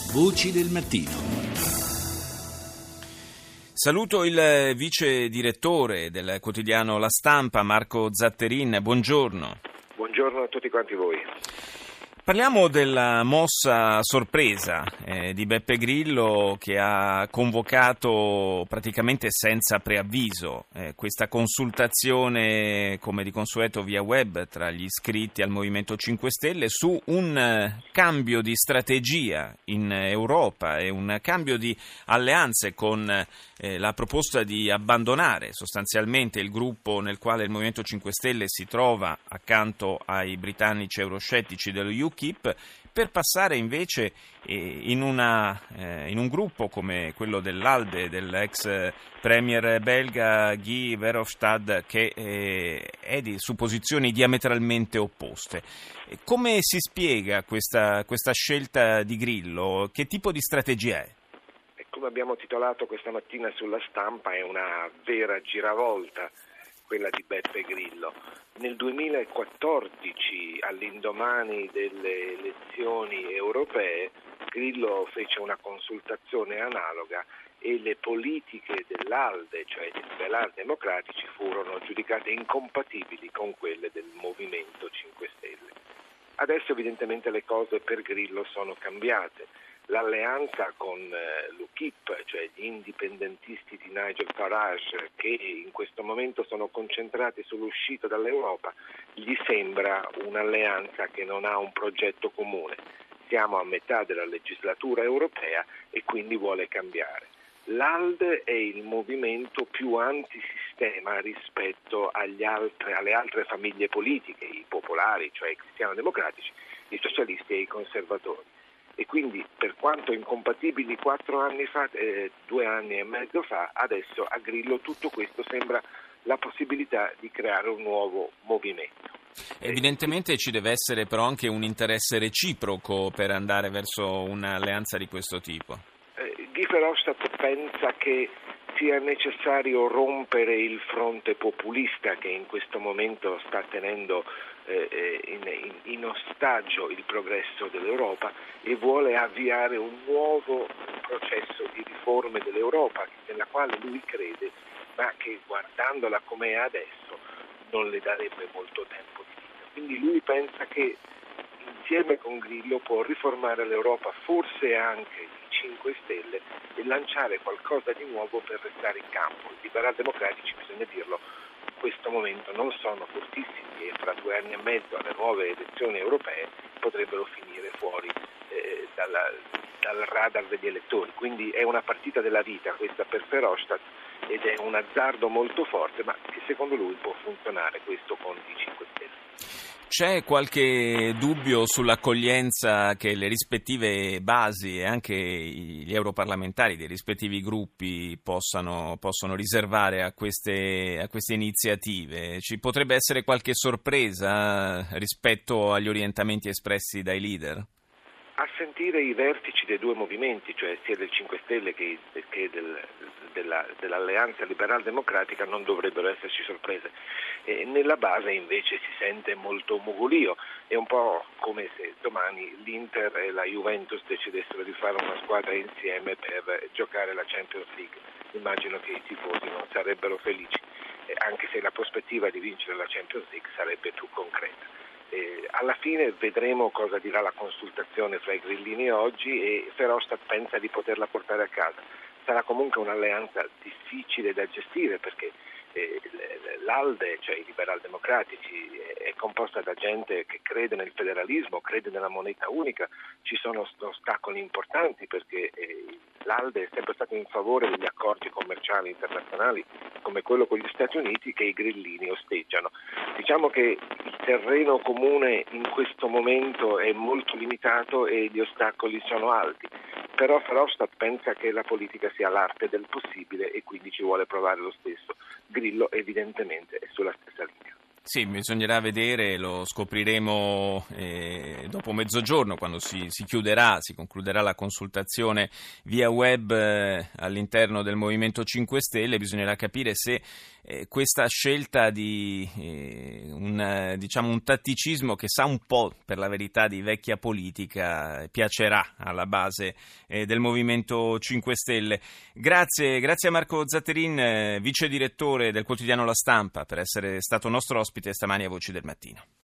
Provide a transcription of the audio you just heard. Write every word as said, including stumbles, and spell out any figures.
Voci del mattino. Saluto il vice direttore del quotidiano La Stampa, Marco Zatterin. Buongiorno. Buongiorno a tutti quanti voi. Parliamo della mossa sorpresa eh, di Beppe Grillo, che ha convocato praticamente senza preavviso eh, questa consultazione, come di consueto via web, tra gli iscritti al Movimento cinque Stelle su un eh, cambio di strategia in Europa e un cambio di alleanze con eh, la proposta di abbandonare sostanzialmente il gruppo nel quale il Movimento cinque Stelle si trova accanto ai britannici euroscettici dello U K I P, per passare invece eh, in, una, eh, in un gruppo come quello dell'Alde, dell'ex premier belga Guy Verhofstadt, che eh, è di, su posizioni diametralmente opposte. Come si spiega questa, questa scelta di Grillo? Che tipo di strategia è? Come abbiamo titolato questa mattina sulla Stampa, è una vera giravolta quella di Beppe Grillo. Nel duemilaquattordici, all'indomani delle elezioni europee, Grillo fece una consultazione analoga e le politiche dell'Alde, cioè dei liberal democratici, furono giudicate incompatibili con quelle del Movimento cinque Stelle. Adesso evidentemente le cose per Grillo sono cambiate. L'alleanza con eh, l'U K I P, cioè gli indipendentisti di Nigel Farage, che in questo momento sono concentrati sull'uscita dall'Europa, gli sembra un'alleanza che non ha un progetto comune. Siamo a metà della legislatura europea e quindi vuole cambiare. L'Alde è il movimento più antisistema rispetto agli altre, alle altre famiglie politiche, i popolari, cioè i cristiano-democratici, i socialisti e i conservatori. E quindi, per quanto incompatibili quattro anni fa, eh, due anni e mezzo fa, adesso a Grillo tutto questo sembra la possibilità di creare un nuovo movimento. Evidentemente ci deve essere però anche un interesse reciproco per andare verso un'alleanza di questo tipo. Eh, Guy Verhofstadt pensa che sia necessario rompere il fronte populista che in questo momento sta tenendo eh, in, in, in ostaggio il progresso dell'Europa e vuole avviare un nuovo processo di riforme dell'Europa nella quale lui crede, ma che guardandola come è adesso non le darebbe molto tempo di vita. Quindi lui pensa che insieme con Grillo può riformare l'Europa, forse anche i cinque Stelle, e lanciare qualcosa di nuovo per restare in campo. I liberal democratici, bisogna dirlo, in questo momento non sono fortissimi e fra due anni e mezzo alle nuove elezioni europee potrebbero finire fuori eh, dalla, dal radar degli elettori. Quindi è una partita della vita questa per Verhofstadt ed è un azzardo molto forte, ma che secondo lui può funzionare questo con i cinque Stelle. C'è qualche dubbio sull'accoglienza che le rispettive basi e anche gli europarlamentari dei rispettivi gruppi possano, possono riservare a queste, a queste iniziative? Ci potrebbe essere qualche sorpresa rispetto agli orientamenti espressi dai leader? A sentire i vertici dei due movimenti, cioè sia del cinque Stelle che, che del, della, dell'alleanza liberal democratica, non dovrebbero esserci sorprese. E nella base invece si sente molto mugolio, è un po' come se domani l'Inter e la Juventus decidessero di fare una squadra insieme per giocare la Champions League. Immagino che i tifosi non sarebbero felici, eh, anche se la prospettiva di vincere la Champions League sarebbe più concreta. Eh, alla fine vedremo cosa dirà la consultazione fra i grillini oggi e Verhofstadt pensa di poterla portare a casa. Sarà comunque un'alleanza difficile da gestire perché eh, l'Alde, cioè i liberal democratici, è composta da gente che crede nel federalismo, crede nella moneta unica. Ci sono ostacoli importanti perché eh, l'Alde è sempre stato in favore degli accordi commerciali internazionali come quello con gli Stati Uniti che i grillini osteggiano. Diciamo che il terreno comune in questo momento è molto limitato e gli ostacoli sono alti, però Verhofstadt pensa che la politica sia l'arte del possibile e quindi ci vuole provare lo stesso. Grillo evidentemente è sulla stessa linea. Sì, bisognerà vedere, lo scopriremo eh, dopo mezzogiorno quando si, si chiuderà, si concluderà la consultazione via web eh, all'interno del Movimento cinque Stelle. Bisognerà capire se eh, questa scelta di eh, un, diciamo, un tatticismo che sa un po', per la verità, di vecchia politica, piacerà alla base eh, del Movimento cinque Stelle. Grazie, grazie a Marco Zatterin, eh, vice direttore del quotidiano La Stampa, per essere stato nostro ospite stamani a Voci del Mattino.